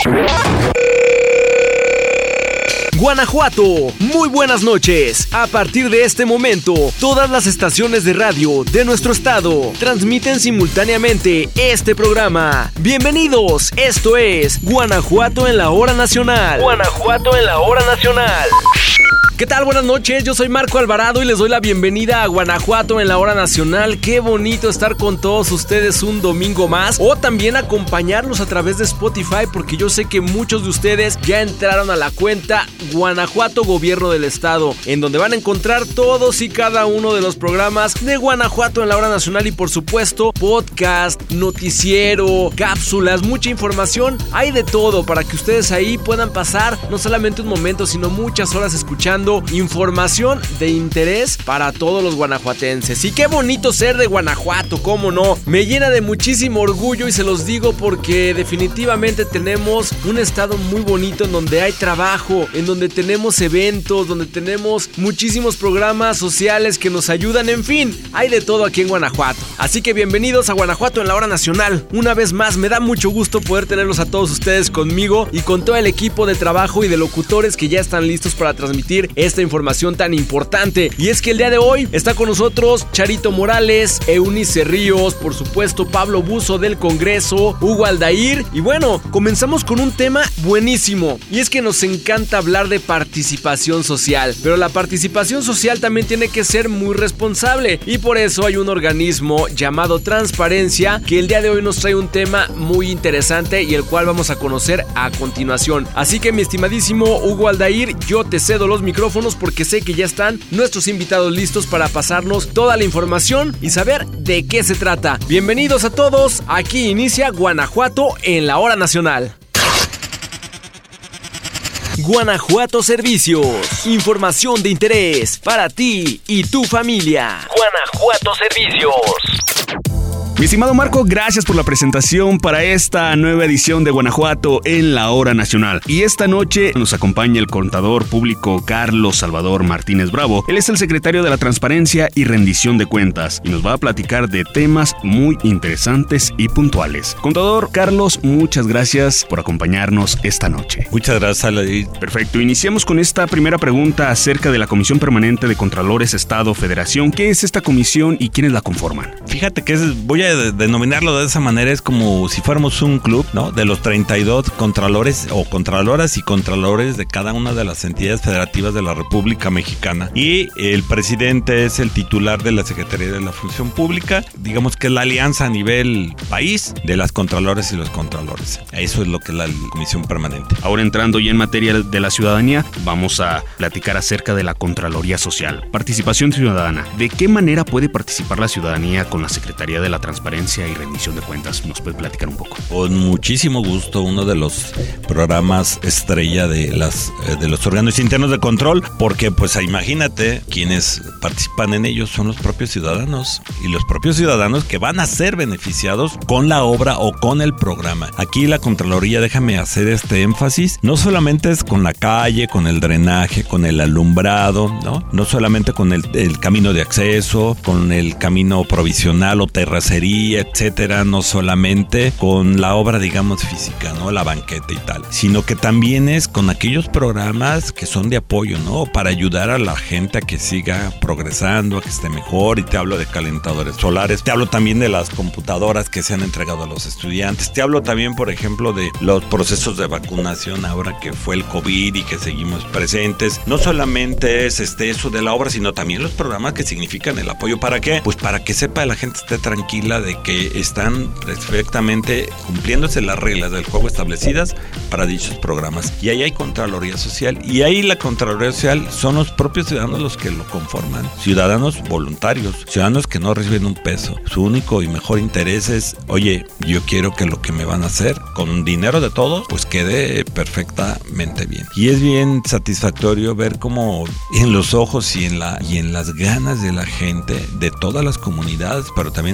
Guanajuato, muy buenas noches. A partir de este momento, todas las estaciones de radio de nuestro estado transmiten simultáneamente este programa. Bienvenidos, esto es Guanajuato en la Hora Nacional. Guanajuato en la Hora Nacional. ¿Qué tal? Buenas noches, yo soy Marco Alvarado y les doy la bienvenida a Guanajuato en la Hora Nacional. Qué bonito estar con todos ustedes un domingo más, o también acompañarlos a través de Spotify, porque yo sé que muchos de ustedes ya entraron a la cuenta Guanajuato Gobierno del Estado, en donde van a encontrar todos y cada uno de los programas de Guanajuato en la Hora Nacional y por supuesto podcast, noticiero, cápsulas, mucha información. Hay de todo para que ustedes ahí puedan pasar no solamente un momento, sino muchas horas escuchando información de interés para todos los guanajuatenses. Y qué bonito ser de Guanajuato, cómo no. Me llena de muchísimo orgullo y se los digo porque definitivamente tenemos un estado muy bonito en donde hay trabajo, en donde tenemos eventos, donde tenemos muchísimos programas sociales que nos ayudan. En fin, hay de todo aquí en Guanajuato. Así que bienvenidos a Guanajuato en la Hora Nacional. Una vez más, me da mucho gusto poder tenerlos a todos ustedes conmigo y con todo el equipo de trabajo y de locutores que ya están listos para transmitir esta información tan importante. Y es que el día de hoy está con nosotros Charito Morales, Eunice Ríos, por supuesto Pablo Buzo del Congreso, Hugo Aldair. Y bueno, comenzamos con un tema buenísimo. Y es que nos encanta hablar de participación social. Pero la participación social también tiene que ser muy responsable. Y por eso hay un organismo llamado Transparencia que el día de hoy nos trae un tema muy interesante y el cual vamos a conocer a continuación. Así que mi estimadísimo Hugo Aldair, yo te cedo los micrófonos porque sé que ya están nuestros invitados listos para pasarnos toda la información y saber de qué se trata. Bienvenidos a todos, aquí inicia Guanajuato en la Hora Nacional. Guanajuato Servicios, información de interés para ti y tu familia. Guanajuato Servicios. Mi estimado Marco, gracias por la presentación para esta nueva edición de Guanajuato en la Hora Nacional. Y esta noche nos acompaña el contador público Carlos Salvador Martínez Bravo. Él es el secretario de la Transparencia y Rendición de Cuentas y nos va a platicar de temas muy interesantes y puntuales. Contador Carlos, muchas gracias por acompañarnos esta noche. Muchas gracias, Alain. Perfecto, iniciamos con esta primera pregunta acerca de la Comisión Permanente de Contralores Estado-Federación. ¿Qué es esta comisión y quiénes la conforman? Fíjate que voy a denominarlo de esa manera, es como si fuéramos un club, ¿no? De los 32 contralores o contraloras y contralores de cada una de las entidades federativas de la República Mexicana. Y el presidente es el titular de la Secretaría de la Función Pública, digamos que es la alianza a nivel país de las contralores y los contralores. Eso es lo que es la Comisión Permanente. Ahora entrando ya en materia de la ciudadanía, vamos a platicar acerca de la Contraloría Social. Participación ciudadana. ¿De qué manera puede participar la ciudadanía con la Secretaría de la Transparencia y Rendición de Cuentas? ¿Nos puede platicar un poco? Con muchísimo gusto, uno de los programas estrella de los órganos internos de control, porque pues imagínate, quienes participan en ellos son los propios ciudadanos y los propios ciudadanos que van a ser beneficiados con la obra o con el programa. Aquí la Contraloría, déjame hacer este énfasis, no solamente es con la calle, con el drenaje, con el alumbrado, no solamente con el camino de acceso, con el camino provisional o terracería, etcétera, no solamente con la obra, digamos, física, ¿no? La banqueta y tal, sino que también es con aquellos programas que son de apoyo, ¿no? Para ayudar a la gente a que siga progresando, a que esté mejor. Y te hablo de calentadores solares, te hablo también de las computadoras que se han entregado a los estudiantes, te hablo también, por ejemplo, de los procesos de vacunación ahora que fue el COVID y que seguimos presentes. No solamente es eso de la obra, sino también los programas que significan el apoyo. ¿Para qué? Pues para que sepa la gente, esté tranquila de que están perfectamente cumpliéndose las reglas del juego establecidas para dichos programas. Y ahí hay Contraloría Social, y ahí la Contraloría Social son los propios ciudadanos los que lo conforman, ciudadanos voluntarios, ciudadanos que no reciben un peso. Su único y mejor interés es, oye, yo quiero que lo que me van a hacer con dinero de todos, pues quede perfectamente bien. Y es bien satisfactorio ver cómo en los ojos y en las ganas de la gente, de todas las comunidades, pero también de la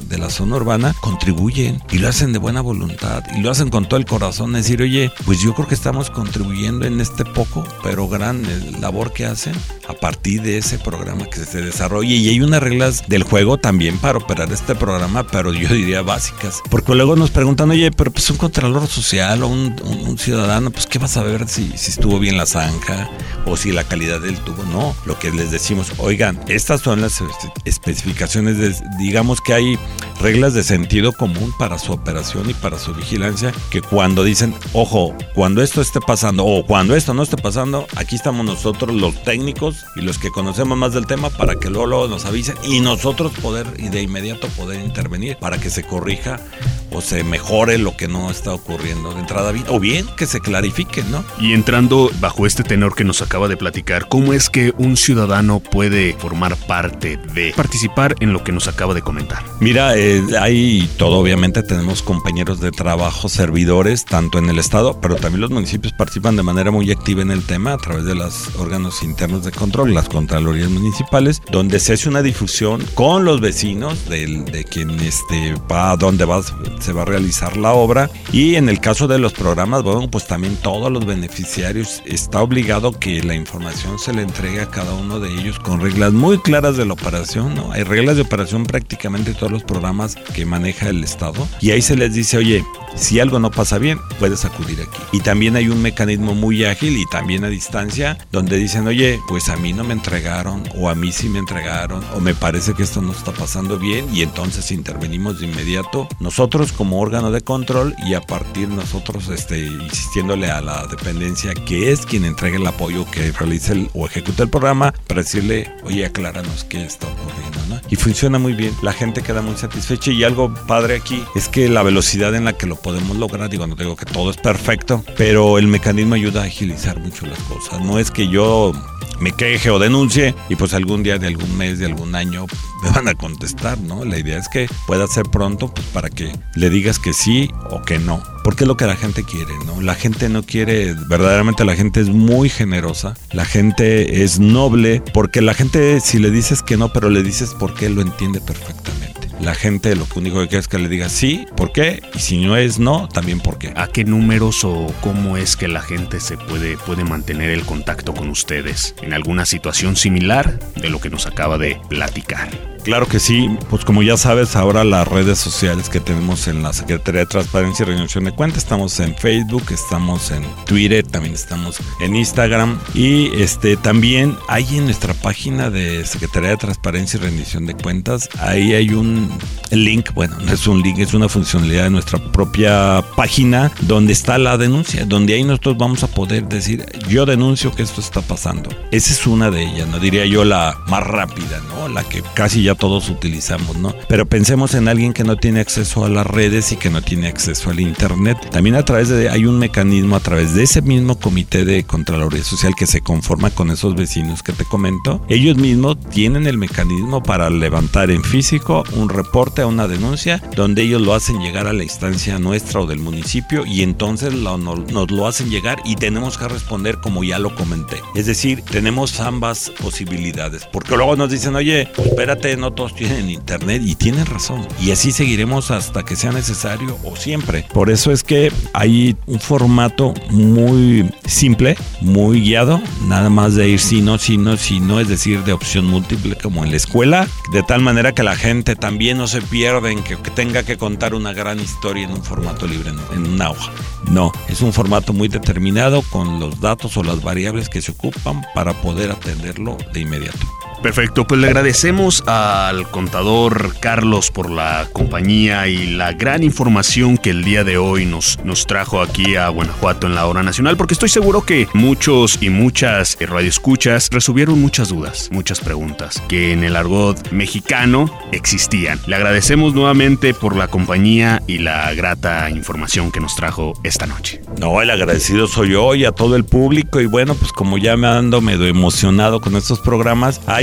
la zona urbana contribuyen y lo hacen de buena voluntad y lo hacen con todo el corazón, decir, oye, pues yo creo que estamos contribuyendo en este poco pero gran labor que hacen a partir de ese programa que se desarrolla, y hay unas reglas del juego también para operar este programa, pero yo diría básicas, porque luego nos preguntan, oye, pero pues un contralor social o un ciudadano, pues qué vas a ver si estuvo bien la zanja o si la calidad del tubo. No, lo que les decimos, oigan, estas son las especificaciones, digamos que hay reglas de sentido común para su operación y para su vigilancia, que cuando dicen, ojo, cuando esto esté pasando o cuando esto no esté pasando, aquí estamos nosotros los técnicos y los que conocemos más del tema para que luego nos avisen y nosotros poder y de inmediato poder intervenir para que se corrija o se mejore lo que no está ocurriendo de entrada, o bien que se clarifique, ¿no? Y entrando bajo este tenor que nos acaba de platicar, ¿cómo es que un ciudadano puede formar parte de participar en lo que nos acaba de comentar? Mira, hay todo, obviamente tenemos compañeros de trabajo, servidores, tanto en el estado, pero también los municipios participan de manera muy activa en el tema a través de los órganos internos de control, las contralorías municipales, donde se hace una difusión con los vecinos de quien va a dónde se va a realizar la obra, y en el caso de los programas, bueno, pues también todos los beneficiarios está obligado que la información se le entregue a cada uno de ellos con reglas muy claras de la operación, ¿no? Hay reglas de operación prácticamente todos los programas que maneja el estado, y ahí se les dice, oye, si algo no pasa bien, puedes acudir aquí. Y también hay un mecanismo muy ágil y también a distancia, donde dicen, oye, pues a mí no me entregaron, o a mí sí me entregaron, o me parece que esto no está pasando bien, y entonces intervenimos de inmediato nosotros como órgano de control, y a partir nosotros insistiéndole a la dependencia que es quien entrega el apoyo que realice o ejecuta el programa, para decirle, oye, acláranos qué está ocurriendo, ¿no? Y funciona muy bien, la gente queda muy satisfecha, y algo padre aquí es que la velocidad en la que lo podemos lograr, digo, no digo que todo es perfecto, pero el mecanismo ayuda a agilizar mucho las cosas. No es que yo me queje o denuncie y pues algún día de algún mes, de algún año me van a contestar, ¿no? La idea es que pueda ser pronto, pues para que le digas que sí o que no, porque es lo que la gente quiere, ¿no? La gente no quiere, verdaderamente la gente es muy generosa, la gente es noble, porque la gente, si le dices que no, pero le dices por qué, lo entiende perfectamente. La gente lo único que quiere es que le diga sí, ¿por qué? Y si no es no, también por qué. ¿A qué números o cómo es que la gente se puede mantener el contacto con ustedes en alguna situación similar de lo que nos acaba de platicar? Claro que sí, pues como ya sabes, ahora las redes sociales que tenemos en la Secretaría de Transparencia y Rendición de Cuentas, estamos en Facebook, estamos en Twitter, también estamos en Instagram, y también hay en nuestra página de Secretaría de Transparencia y Rendición de Cuentas, ahí hay un link, bueno, no es un link, es una funcionalidad de nuestra propia página donde está la denuncia, donde ahí nosotros vamos a poder decir, yo denuncio que esto está pasando. Esa es una de ellas, no diría yo la más rápida, ¿no? La que casi ya todos utilizamos, ¿no? Pero pensemos en alguien que no tiene acceso a las redes y que no tiene acceso al internet. También hay un mecanismo a través de ese mismo comité de Contraloría Social que se conforma con esos vecinos que te comento. Ellos mismos tienen el mecanismo para levantar en físico un reporte a una denuncia, donde ellos lo hacen llegar a la instancia nuestra o del municipio, y entonces nos lo hacen llegar y tenemos que responder como ya lo comenté. Es decir, tenemos ambas posibilidades, porque luego nos dicen, oye, espérate, no todos tienen internet, y tienen razón, y así seguiremos hasta que sea necesario o siempre. Por eso es que hay un formato muy simple, muy guiado, nada más de ir sí, no, es decir, de opción múltiple como en la escuela, de tal manera que la gente también no se pierda en que tenga que contar una gran historia en un formato libre, en una hoja. No, es un formato muy determinado con los datos o las variables que se ocupan para poder atenderlo de inmediato. Perfecto, pues le agradecemos al contador Carlos por la compañía y la gran información que el día de hoy nos trajo aquí a Guanajuato en la Hora Nacional, porque estoy seguro que muchos y muchas radioescuchas resolvieron muchas dudas, muchas preguntas que en el argot mexicano existían. Le agradecemos nuevamente por la compañía y la grata información que nos trajo esta noche. No, el agradecido soy yo y a todo el público, y bueno, pues como ya me ando medio emocionado con estos programas, hay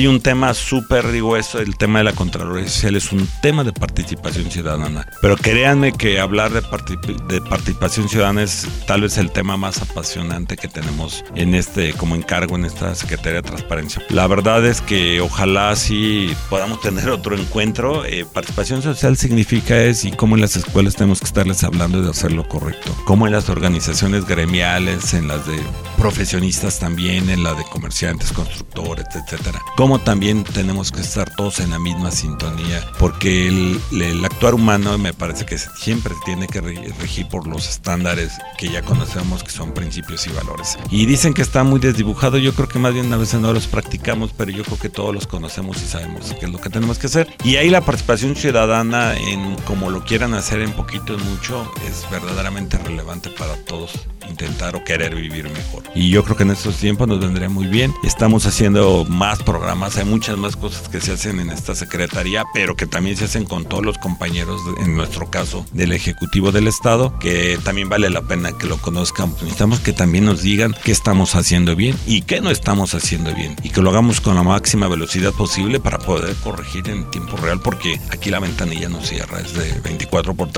un tema súper, el tema de la Contraloría Social es un tema de participación ciudadana. Pero créanme que hablar de participación ciudadana es tal vez el tema más apasionante que tenemos como encargo en esta Secretaría de Transparencia. La verdad es que ojalá sí podamos tener otro encuentro. Participación social significa y cómo en las escuelas tenemos que estarles hablando de hacer lo correcto. Cómo en las organizaciones gremiales, en las de profesionistas también, en la de comerciantes, constructores, etcétera. Cómo también tenemos que estar todos en la misma sintonía, porque el actuar humano me parece que siempre tiene que regir por los estándares que ya conocemos, que son principios y valores. Y dicen que está muy desdibujado, yo creo que más bien a veces no los practicamos, pero yo creo que todos los conocemos y sabemos qué es lo que tenemos que hacer. Y ahí la participación ciudadana, en como lo quieran hacer, en poquito o mucho, es verdaderamente relevante para todos intentar o querer vivir mejor. Y yo creo que en estos tiempos nos vendría muy bien. Estamos haciendo más programas, hay muchas más cosas que se hacen en esta secretaría, pero que también se hacen con todos los compañeros, en nuestro caso, del Ejecutivo del Estado, que también vale la pena que lo conozcan. Necesitamos que también nos digan qué estamos haciendo bien y qué no estamos haciendo bien, y que lo hagamos con la máxima velocidad posible para poder corregir en tiempo real, porque aquí la ventanilla no cierra, es de 24 por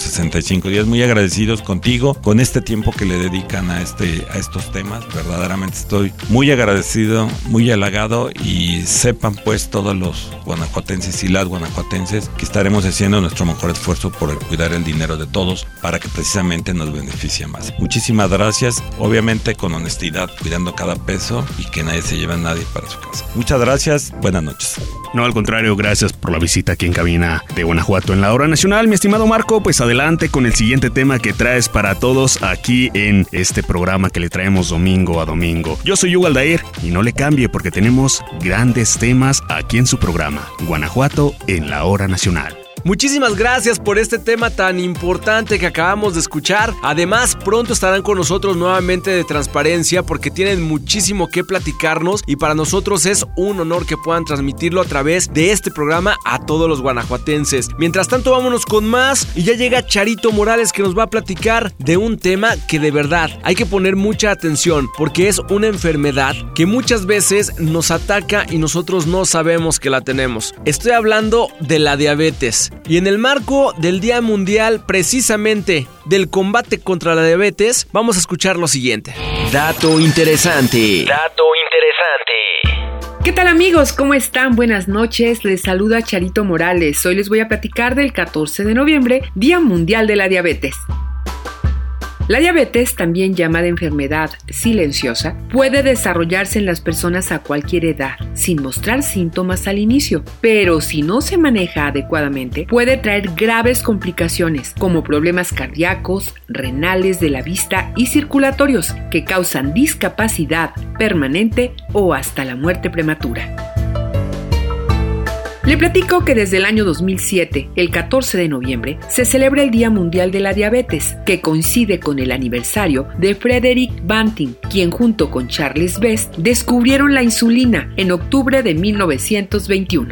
365 días. Muy agradecidos contigo, con este tiempo que le dedican a estos temas. Verdaderamente estoy muy agradecido, muy halagado, y sepan pues todos los guanajuatenses y las guanajuatenses que estaremos haciendo nuestro mejor esfuerzo por cuidar el dinero de todos para que precisamente nos beneficie más. Muchísimas gracias, obviamente con honestidad, cuidando cada peso y que nadie se lleve a nadie para su casa. Muchas gracias, buenas noches. No, al contrario, gracias por la visita aquí en cabina de Guanajuato en la Hora Nacional. Mi estimado Marco, pues adelante con el siguiente tema que traes para todos aquí en este programa que le traemos domingo a domingo. Yo soy Hugo Aldair y no le cambie, porque tenemos grandes temas aquí en su programa, Guanajuato en la Hora Nacional. Muchísimas gracias por este tema tan importante que acabamos de escuchar. Además, pronto estarán con nosotros nuevamente de Transparencia, porque tienen muchísimo que platicarnos, y para nosotros es un honor que puedan transmitirlo a través de este programa a todos los guanajuatenses. Mientras tanto, vámonos con más, y ya llega Charito Morales, que nos va a platicar de un tema que de verdad hay que poner mucha atención, porque es una enfermedad que muchas veces nos ataca y nosotros no sabemos que la tenemos. Estoy hablando de la diabetes. Y en el marco del Día Mundial precisamente del combate contra la diabetes, vamos a escuchar lo siguiente. Dato interesante. ¿Qué tal, amigos? ¿Cómo están? Buenas noches, les saluda Charito Morales. Hoy les voy a platicar del 14 de noviembre, Día Mundial de la Diabetes. La diabetes, también llamada enfermedad silenciosa, puede desarrollarse en las personas a cualquier edad, sin mostrar síntomas al inicio, pero si no se maneja adecuadamente, puede traer graves complicaciones, como problemas cardíacos, renales, de la vista y circulatorios, que causan discapacidad permanente o hasta la muerte prematura. Le platico que desde el año 2007, el 14 de noviembre, se celebra el Día Mundial de la Diabetes, que coincide con el aniversario de Frederick Banting, quien junto con Charles Best descubrieron la insulina en octubre de 1921.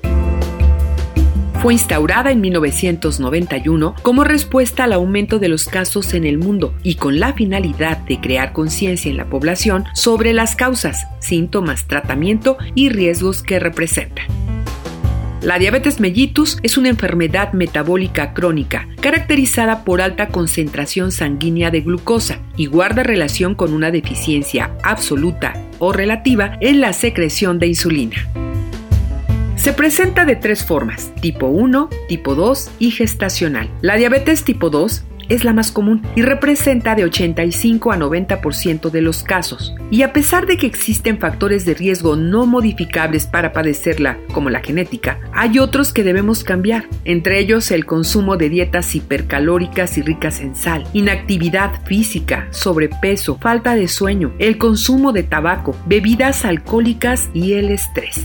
Fue instaurada en 1991 como respuesta al aumento de los casos en el mundo y con la finalidad de crear conciencia en la población sobre las causas, síntomas, tratamiento y riesgos que representa. La diabetes mellitus es una enfermedad metabólica crónica caracterizada por alta concentración sanguínea de glucosa y guarda relación con una deficiencia absoluta o relativa en la secreción de insulina. Se presenta de 3 formas: tipo 1, tipo 2 y gestacional. La diabetes tipo 2 es la más común y representa de 85 a 90% de los casos. Y a pesar de que existen factores de riesgo no modificables para padecerla, como la genética, hay otros que debemos cambiar, entre ellos el consumo de dietas hipercalóricas y ricas en sal, inactividad física, sobrepeso, falta de sueño, el consumo de tabaco, bebidas alcohólicas y el estrés.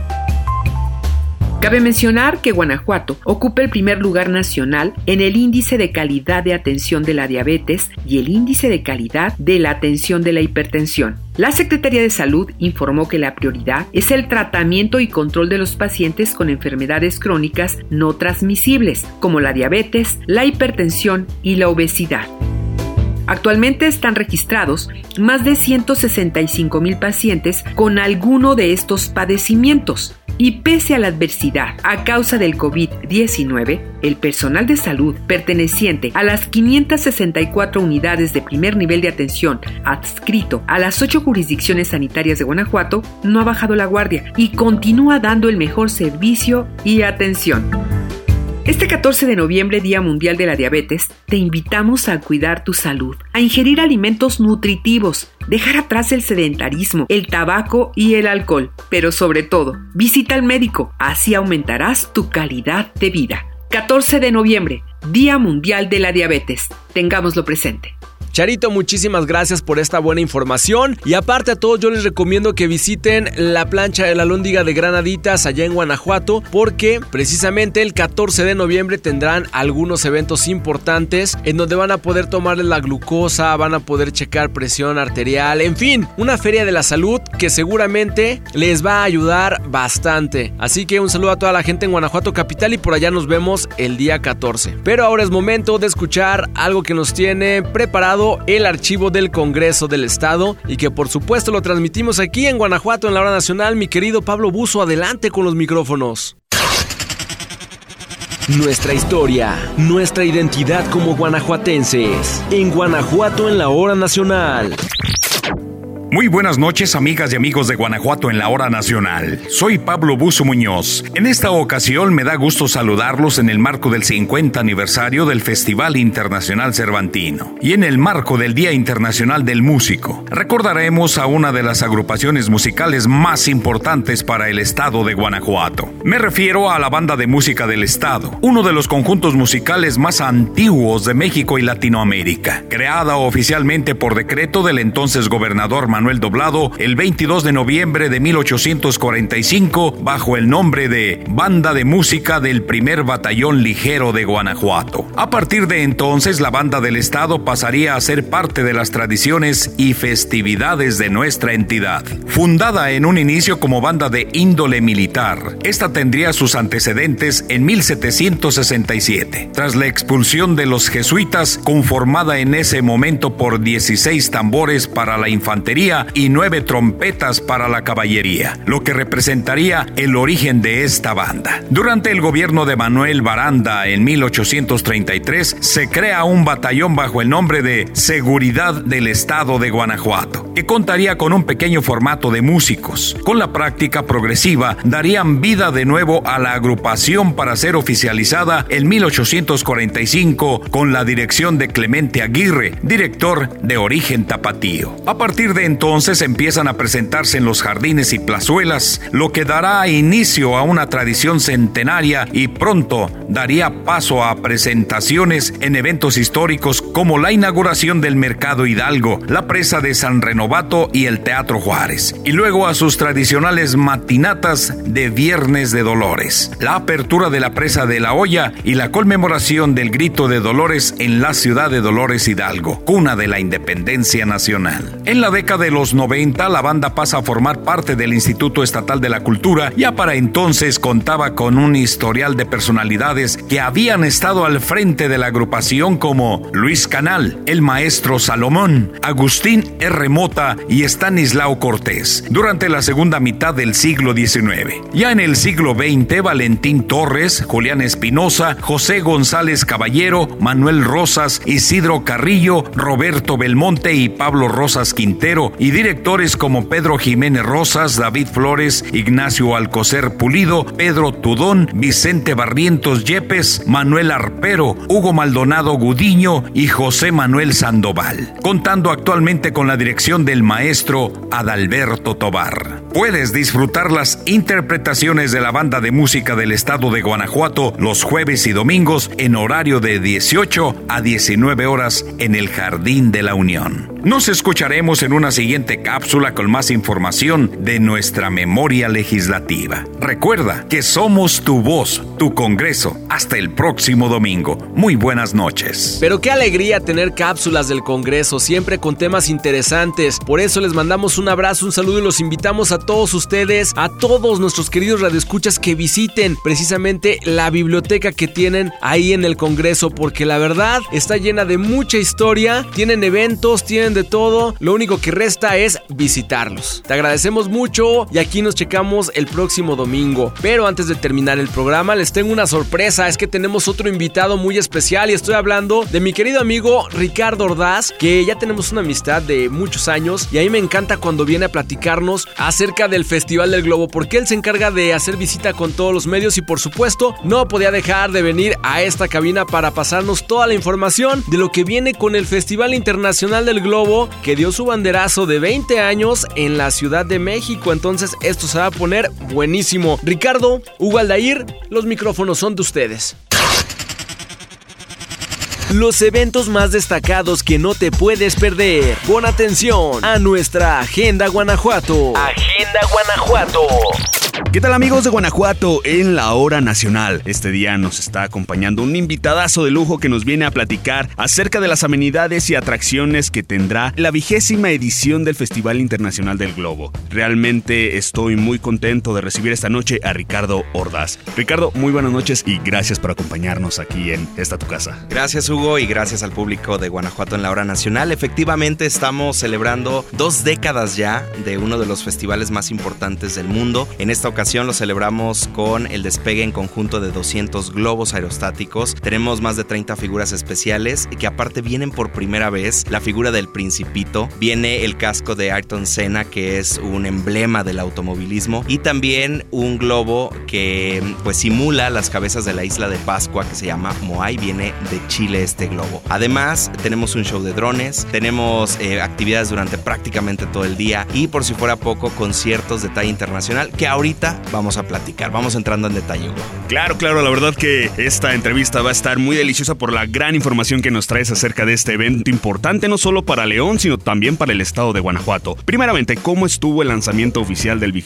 Cabe mencionar que Guanajuato ocupa el primer lugar nacional en el índice de calidad de atención de la diabetes y el índice de calidad de la atención de la hipertensión. La Secretaría de Salud informó que la prioridad es el tratamiento y control de los pacientes con enfermedades crónicas no transmisibles, como la diabetes, la hipertensión y la obesidad. Actualmente están registrados más de 165,000 pacientes con alguno de estos padecimientos. Y pese a la adversidad a causa del COVID-19, el personal de salud perteneciente a las 564 unidades de primer nivel de atención adscrito a las 8 jurisdicciones sanitarias de Guanajuato no ha bajado la guardia y continúa dando el mejor servicio y atención. Este 14 de noviembre, Día Mundial de la Diabetes, te invitamos a cuidar tu salud, a ingerir alimentos nutritivos, dejar atrás el sedentarismo, el tabaco y el alcohol, pero sobre todo, visita al médico, así aumentarás tu calidad de vida. 14 de noviembre, Día Mundial de la Diabetes, tengámoslo presente. Charito, muchísimas gracias por esta buena información y aparte a todos yo les recomiendo que visiten la plancha de la Alhóndiga de Granaditas allá en Guanajuato porque precisamente el 14 de noviembre tendrán algunos eventos importantes en donde van a poder tomarles la glucosa, van a poder checar presión arterial, en fin, una feria de la salud que seguramente les va a ayudar bastante. Así que un saludo a toda la gente en Guanajuato capital y por allá nos vemos el día 14. Pero ahora es momento de escuchar algo que nos tiene preparado el archivo del Congreso del Estado y que por supuesto lo transmitimos aquí en Guanajuato en la Hora Nacional. Mi querido Pablo Buzo, adelante con los micrófonos. Nuestra historia, nuestra identidad como guanajuatenses. En Guanajuato en la Hora Nacional. Muy buenas noches, amigas y amigos de Guanajuato en la Hora Nacional. Soy Pablo Buzo Muñoz. En esta ocasión me da gusto saludarlos en el marco del 50 aniversario del Festival Internacional Cervantino y en el marco del Día Internacional del Músico. Recordaremos a una de las agrupaciones musicales más importantes para el estado de Guanajuato. Me refiero a la Banda de Música del Estado, uno de los conjuntos musicales más antiguos de México y Latinoamérica, creada oficialmente por decreto del entonces gobernador Manuel Doblado el 22 de noviembre de 1845 bajo el nombre de Banda de Música del Primer Batallón Ligero de Guanajuato. A partir de entonces, la Banda del Estado pasaría a ser parte de las tradiciones y festividades de nuestra entidad. Fundada en un inicio como banda de índole militar, esta tendría sus antecedentes en 1767, tras la expulsión de los jesuitas, conformada en ese momento por 16 tambores para la infantería y 9 trompetas para la caballería, lo que representaría el origen de esta banda. Durante el gobierno de Manuel Baranda en 1833 se crea un batallón bajo el nombre de Seguridad del Estado de Guanajuato, que contaría con un pequeño formato de músicos. Con la práctica progresiva darían vida de nuevo a la agrupación para ser oficializada en 1845 con la dirección de Clemente Aguirre, director de origen tapatío. A partir de entonces empiezan a presentarse en los jardines y plazuelas, lo que dará inicio a una tradición centenaria y pronto daría paso a presentaciones en eventos históricos como la inauguración del Mercado Hidalgo, la presa de San Renovato y el Teatro Juárez, y luego a sus tradicionales matinatas de Viernes de Dolores, la apertura de la presa de La Hoya y la conmemoración del Grito de Dolores en la ciudad de Dolores Hidalgo, cuna de la independencia nacional. En la década de los 90, la banda pasa a formar parte del Instituto Estatal de la Cultura. Ya para entonces contaba con un historial de personalidades que habían estado al frente de la agrupación como Luis Canal, el maestro Salomón, Agustín R. Mota y Estanislao Cortés, durante la segunda mitad del siglo XIX. Ya en el siglo XX, Valentín Torres, Julián Espinosa, José González Caballero, Manuel Rosas, Isidro Carrillo, Roberto Belmonte y Pablo Rosas Quintero, y directores como Pedro Jiménez Rosas, David Flores, Ignacio Alcocer Pulido, Pedro Tudón, Vicente Barrientos Yepes, Manuel Arpero, Hugo Maldonado Gudiño y José Manuel Sandoval, contando actualmente con la dirección del maestro Adalberto Tobar. Puedes disfrutar las interpretaciones de la Banda de Música del Estado de Guanajuato los jueves y domingos en horario de 18 a 19 horas en el Jardín de la Unión. Nos escucharemos en una siguiente siguiente cápsula con más información de nuestra memoria legislativa. Recuerda que somos tu voz, tu Congreso. Hasta el próximo domingo. Muy buenas noches. Pero qué alegría tener cápsulas del Congreso, siempre con temas interesantes. Por eso les mandamos un abrazo, un saludo y los invitamos a todos ustedes, a todos nuestros queridos radioescuchas que visiten precisamente la biblioteca que tienen ahí en el Congreso, porque la verdad está llena de mucha historia, tienen eventos, tienen de todo. Lo único que resta es visitarlos. Te agradecemos mucho y aquí nos checamos el próximo domingo. Pero antes de terminar el programa les tengo una sorpresa, es que tenemos otro invitado muy especial y estoy hablando de mi querido amigo Ricardo Ordaz, que ya tenemos una amistad de muchos años y a mí me encanta cuando viene a platicarnos acerca del Festival del Globo, porque él se encarga de hacer visita con todos los medios y por supuesto no podía dejar de venir a esta cabina para pasarnos toda la información de lo que viene con el Festival Internacional del Globo, que dio su banderazo de 20 años en la Ciudad de México. Entonces esto se va a poner buenísimo. Ricardo, Hugo Aldair, los micrófonos son de ustedes. Los eventos más destacados que no te puedes perder. Pon atención a nuestra Agenda Guanajuato. Agenda Guanajuato. ¿Qué tal, amigos de Guanajuato en la Hora Nacional? Este día nos está acompañando un invitadazo de lujo que nos viene a platicar acerca de las amenidades y atracciones que tendrá la 20ª edición del Festival Internacional del Globo. Realmente estoy muy contento de recibir esta noche a Ricardo Ordaz. Ricardo, muy buenas noches y gracias por acompañarnos aquí en esta tu casa. Gracias, Hugo, y gracias al público de Guanajuato en la Hora Nacional. Efectivamente, estamos celebrando 2 décadas ya de uno de los festivales más importantes del mundo. En esta ocasión lo celebramos con el despegue en conjunto de 200 globos aerostáticos. Tenemos más de 30 figuras especiales que aparte vienen por primera vez. La figura del Principito, viene el casco de Ayrton Senna, que es un emblema del automovilismo, y también un globo que pues simula las cabezas de la isla de Pascua, que se llama Moai. Viene de Chile este globo. Además tenemos un show de drones, tenemos actividades durante prácticamente todo el día y por si fuera poco, conciertos de talla internacional que ahorita vamos a platicar. Vamos entrando en detalle, Hugo. Claro, la verdad que esta entrevista va a estar muy deliciosa por la gran información que nos traes acerca de este evento importante, no solo para León, sino también para el estado de Guanajuato. Primeramente, ¿cómo estuvo el lanzamiento oficial de la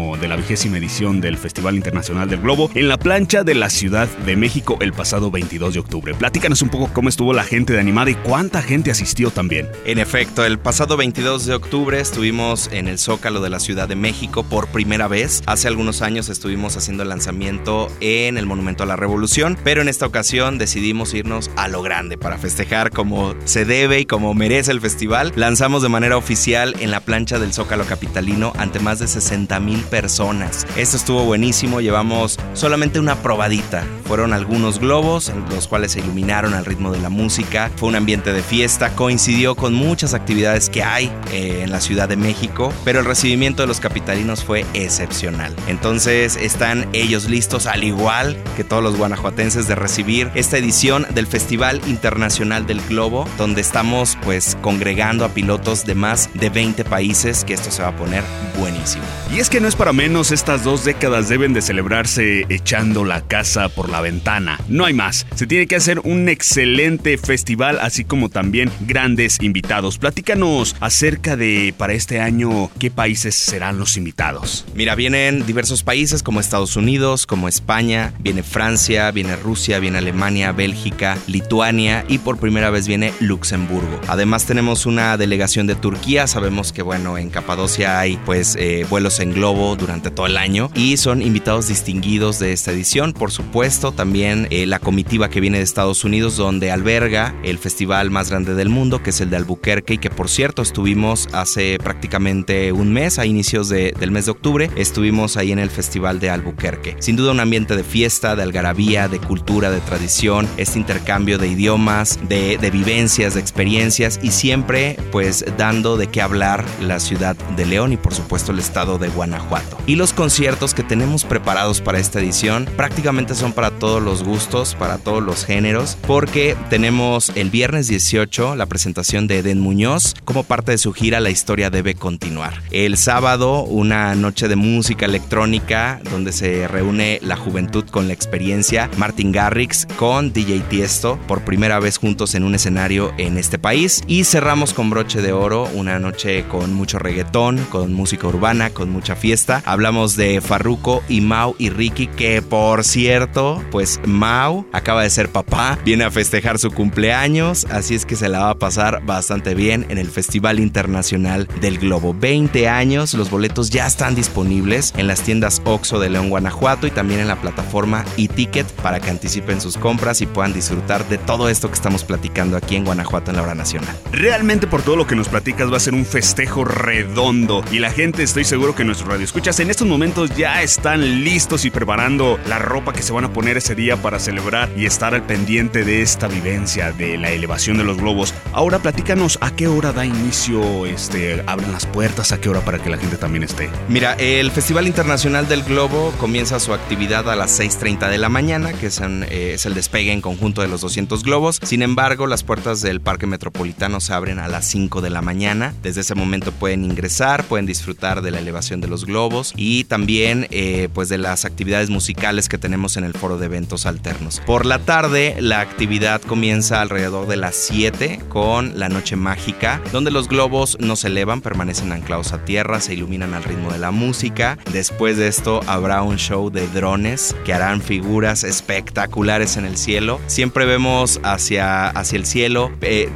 20ª edición del Festival Internacional del Globo en la plancha de la Ciudad de México el pasado 22 de octubre? Platícanos un poco cómo estuvo la gente de animada y cuánta gente asistió también. En efecto, el pasado 22 de octubre estuvimos en el Zócalo de la Ciudad de México por primera vez. Hace algunos años estuvimos haciendo el lanzamiento en el Monumento a la Revolución, pero en esta ocasión decidimos irnos a lo grande para festejar como se debe y como merece el festival. Lanzamos de manera oficial en la plancha del Zócalo capitalino ante más de 60,000 personas. Esto estuvo buenísimo, llevamos solamente una probadita. Fueron algunos globos en los cuales se iluminaron al ritmo de la música. Fue un ambiente de fiesta, coincidió con muchas actividades que hay en la Ciudad de México, pero el recibimiento de los capitalinos fue excepcional. Entonces están ellos listos, al igual que todos los guanajuatenses, de recibir esta edición del Festival Internacional del Globo, donde estamos pues congregando a pilotos de más de 20 países, que esto se va a poner buenísimo. Y es que no es para menos, estas 2 décadas deben de celebrarse echando la casa por la ventana. No hay más. Se tiene que hacer un excelente festival, así como también grandes invitados. Platícanos acerca de, para este año, qué países serán los invitados. Mira, vienen diversos países como Estados Unidos, como España, viene Francia, viene Rusia, viene Alemania, Bélgica, Lituania y por primera vez viene Luxemburgo. Además tenemos una delegación de Turquía. Sabemos que bueno, en Capadocia hay pues vuelos en globo durante todo el año y son invitados distinguidos de esta edición. Por supuesto también la comitiva que viene de Estados Unidos, donde alberga el festival más grande del mundo, que es el de Albuquerque, y que por cierto estuvimos hace prácticamente un mes, a inicios del mes de octubre, estuvimos ahí en el Festival de Albuquerque. Sin duda un ambiente de fiesta, de algarabía, de cultura, de tradición, este intercambio de idiomas, de vivencias, de experiencias y siempre pues dando de qué hablar la ciudad de León y por supuesto el estado de Guanajuato. Y los conciertos que tenemos preparados para esta edición prácticamente son para todos los gustos, para todos los géneros, porque tenemos el viernes 18 la presentación de Edén Muñoz como parte de su gira La Historia Debe Continuar. El sábado una noche de música electrónica donde se reúne la juventud con la experiencia. Martin Garrix con DJ Tiesto por primera vez juntos en un escenario en este país. Y cerramos con broche de oro una noche con mucho reggaetón, con música urbana, con mucha fiesta. Hablamos de Farruko y Mau y Ricky, que por cierto, pues Mau acaba de ser papá, viene a festejar su cumpleaños, así es que se la va a pasar bastante bien en el Festival Internacional del Globo. 20 años, los boletos ya están disponibles en las tiendas Oxxo de León, Guanajuato, y también en la plataforma eTicket para que anticipen sus compras y puedan disfrutar de todo esto que estamos platicando aquí en Guanajuato en la Hora Nacional. Realmente, por todo lo que nos platicas, va a ser un festejo redondo y la gente, estoy seguro que nuestros radioescuchas en estos momentos ya están listos y preparando la ropa que se van a poner ese día para celebrar y estar al pendiente de esta vivencia de la elevación de los globos. Ahora platícanos a qué hora da inicio, abren las puertas, a qué hora para que la gente también esté. Mira, el Festival Internacional del Globo comienza su actividad a las 6:30 de la mañana, que es el despegue en conjunto de los 200 globos. Sin embargo, las puertas del Parque Metropolitano se abren a las 5 de la mañana. Desde ese momento pueden ingresar, pueden disfrutar de la elevación de los globos y también pues de las actividades musicales que tenemos en el foro de eventos alternos. Por la tarde, la actividad comienza alrededor de las 7 con la noche mágica, donde los globos no se elevan, permanecen anclados a tierra, se iluminan al ritmo de la música. Después de esto habrá un show de drones que harán figuras espectaculares en el cielo. Siempre vemos hacia el cielo,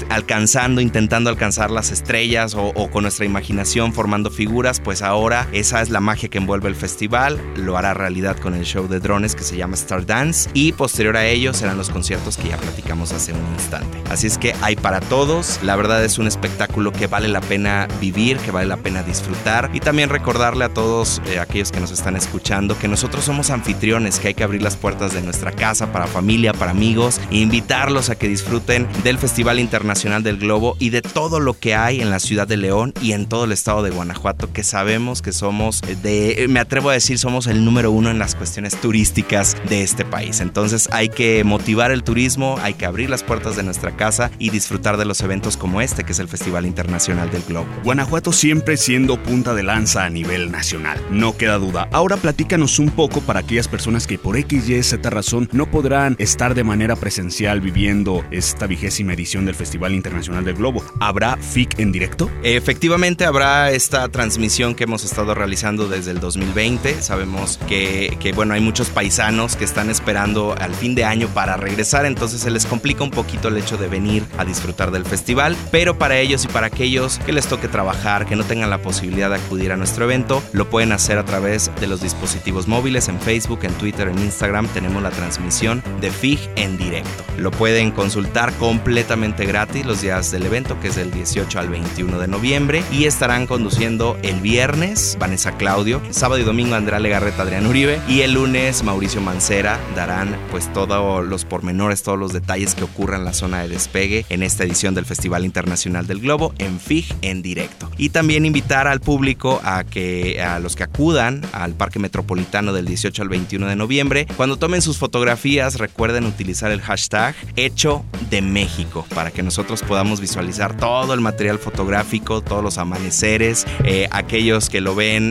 intentando alcanzar las estrellas o con nuestra imaginación formando figuras. Pues ahora esa es la magia que envuelve el festival. Lo hará realidad con el show de drones que se llama Star Dance, y posterior a ello serán los conciertos que ya platicamos hace un instante. Así es que hay para todos. La verdad es un espectáculo que vale la pena vivir, que vale la pena disfrutar, y también recordarle a todos aquellos que nos están escuchando que nosotros somos anfitriones, que hay que abrir las puertas de nuestra casa para familia, para amigos, e invitarlos a que disfruten del Festival Internacional del Globo y de todo lo que hay en la ciudad de León y en todo el estado de Guanajuato, que sabemos que somos me atrevo a decir, somos el número 1 en las cuestiones turísticas de este país. Entonces hay que motivar el turismo, hay que abrir las puertas de nuestra casa y disfrutar de los eventos como este, que es el Festival Internacional del Globo. Guanajuato siempre siendo punta de lanza a nivel nacional, no queda duda. Ahora platícanos un poco para aquellas personas que por X, Y, Z razón no podrán estar de manera presencial viviendo esta 20ª edición del Festival Internacional del Globo. ¿Habrá FIC en directo? Efectivamente habrá esta transmisión que hemos estado realizando desde el 2020. Sabemos que bueno, hay muchos paisanos que están esperando al fin de año para regresar, entonces se les complica un poquito el hecho de venir a disfrutar del festival, pero para ellos y para aquellos que les toque trabajar, que no tengan la posibilidad de acudir a nuestro evento, lo pueden hacer a través de los dispositivos móviles. En Facebook, en Twitter, en Instagram tenemos la transmisión de FIG en directo. Lo pueden consultar completamente gratis los días del evento, que es del 18 al 21 de noviembre, y estarán conduciendo el viernes Vanessa Claudio, sábado y domingo Andrea Legarreta, Adrián Uribe, y el lunes Mauricio Mancera. Darán pues todos los pormenores, todos los detalles que ocurran en la zona de despegue en esta edición del Festival Internacional del Globo en FIG en directo. Y también invitar al público a los que acudan al Parque Metropolitano del 18 al 21 de noviembre, cuando tomen sus fotografías, recuerden utilizar el hashtag Hecho de México para que nosotros podamos visualizar todo el material fotográfico, todos los amaneceres, aquellos que lo ven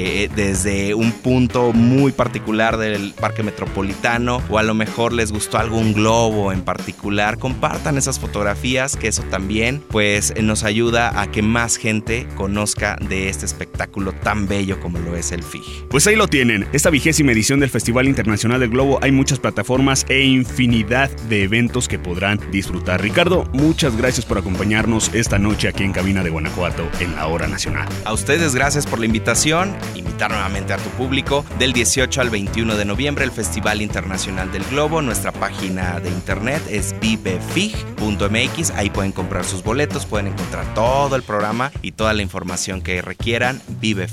desde un punto muy particular del Parque Metropolitano, o a lo mejor les gustó algún globo en particular, compartan esas fotografías, que eso también pues nos ayuda a que más gente conozca de este espectáculo tan bello como lo es el FIG. Pues ahí lo tienen, esta 20ª edición del Festival Internacional del Globo. Hay muchas plataformas e infinidad de eventos que podrán disfrutar. Ricardo, muchas gracias por acompañarnos esta noche aquí en Cabina de Guanajuato en la Hora Nacional. A ustedes gracias por la invitación, invitar nuevamente a tu público del 18 al 21 de noviembre el Festival Internacional del Globo. Nuestra página de internet es vivefig.mx, ahí pueden comprar sus boletos, pueden encontrar todo el programa y toda la información que requieran,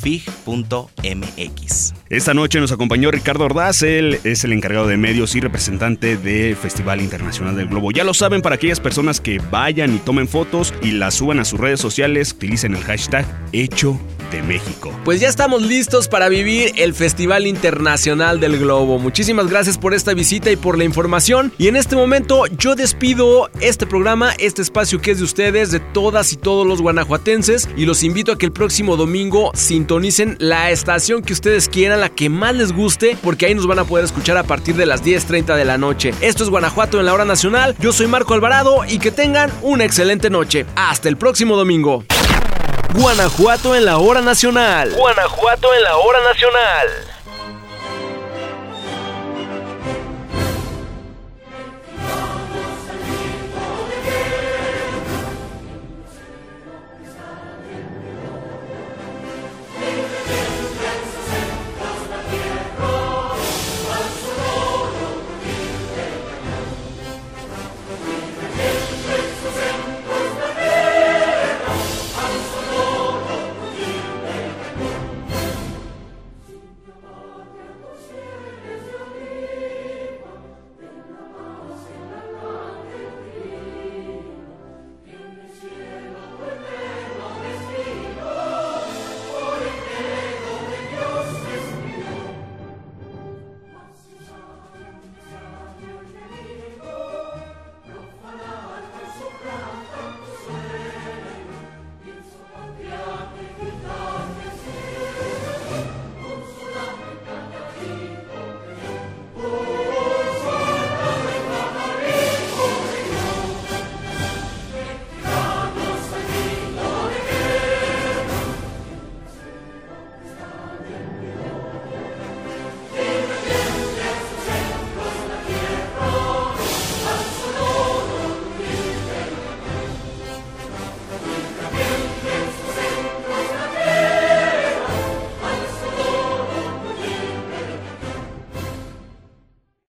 vivefig.mx. Esta noche nos acompañó Ricardo Ordaz, él es el encargado de medios y representante del Festival Internacional del Globo. Ya lo saben, para aquellas personas que vayan y tomen fotos y las suban a sus redes sociales, utilicen el hashtag Hecho de México. Pues ya estamos listos para vivir el Festival Internacional del Globo. Muchísimas gracias por esta visita y por la información. Y en este momento yo despido este programa, este espacio que es de ustedes, de todas y todos los guanajuatenses, y los invito a que el próximo domingo sintonicen la estación que ustedes quieran, la que más les guste, porque ahí nos van a poder escuchar a partir de las 10:30 de la noche. Esto es Guanajuato en la Hora Nacional. Yo soy Marco Alvarado y que tengan una excelente noche. Hasta el próximo domingo. Guanajuato en la Hora Nacional. Guanajuato en la Hora Nacional.